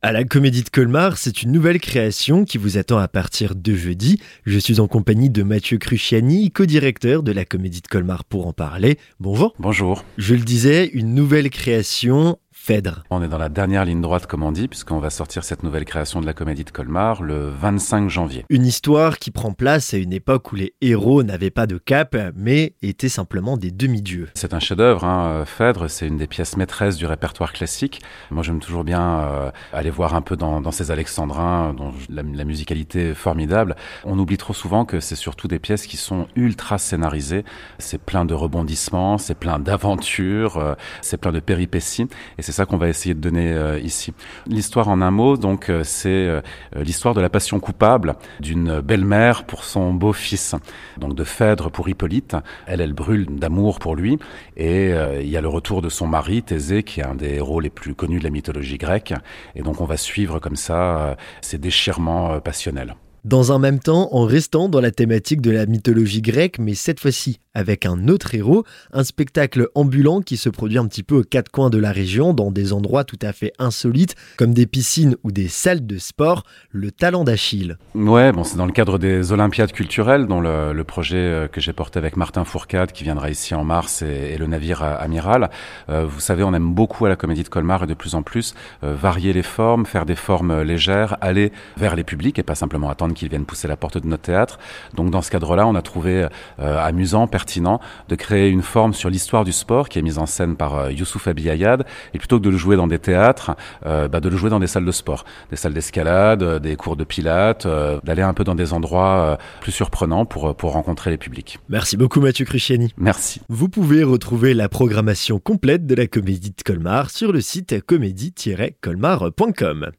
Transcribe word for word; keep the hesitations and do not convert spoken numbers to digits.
À la Comédie de Colmar, c'est une nouvelle création qui vous attend à partir de jeudi. Je suis en compagnie de Mathieu Cruciani, co-directeur de la Comédie de Colmar pour en parler. Bonjour. Bonjour. Je le disais, une nouvelle création, Phèdre. On est dans la dernière ligne droite, comme on dit, puisqu'on va sortir cette nouvelle création de la Comédie de Colmar le vingt-cinq janvier. Une histoire qui prend place à une époque où les héros n'avaient pas de cape, mais étaient simplement des demi-dieux. C'est un chef-d'œuvre, hein. Phèdre, c'est une des pièces maîtresses du répertoire classique. Moi, j'aime toujours bien euh, aller voir un peu dans, dans ces alexandrins, dont la, la musicalité est formidable. On oublie trop souvent que c'est surtout des pièces qui sont ultra scénarisées. C'est plein de rebondissements, c'est plein d'aventures, euh, c'est plein de péripéties. Et c'est C'est ça qu'on va essayer de donner euh, ici. L'histoire en un mot, donc, euh, c'est euh, l'histoire de la passion coupable d'une belle-mère pour son beau-fils. Donc de Phèdre pour Hippolyte. Elle, elle brûle d'amour pour lui. Et euh, il y a le retour de son mari, Thésée, qui est un des héros les plus connus de la mythologie grecque. Et donc on va suivre comme ça euh, ces déchirements euh, passionnels. Dans un même temps, en restant dans la thématique de la mythologie grecque, mais cette fois-ci avec un autre héros, un spectacle ambulant qui se produit un petit peu aux quatre coins de la région, dans des endroits tout à fait insolites, comme des piscines ou des salles de sport, le talent d'Achille. Ouais, bon, c'est dans le cadre des Olympiades culturelles, dont le, le projet que j'ai porté avec Martin Fourcade, qui viendra ici en mars, et, et le navire amiral. Euh, vous savez, on aime beaucoup à la Comédie de Colmar, et de plus en plus, euh, varier les formes, faire des formes légères, aller vers les publics, et pas simplement attendre qu'ils viennent pousser la porte de notre théâtre. Donc dans ce cadre-là, on a trouvé euh, amusant, pertinent, de créer une forme sur l'histoire du sport qui est mise en scène par euh, Youssouf Abiyayad, et plutôt que de le jouer dans des théâtres, euh, bah, de le jouer dans des salles de sport, des salles d'escalade, euh, des cours de pilates, euh, d'aller un peu dans des endroits euh, plus surprenants pour, pour rencontrer les publics. Merci beaucoup Mathieu Cruciani. Merci. Vous pouvez retrouver la programmation complète de la Comédie de Colmar sur le site comédie tiret colmar point com.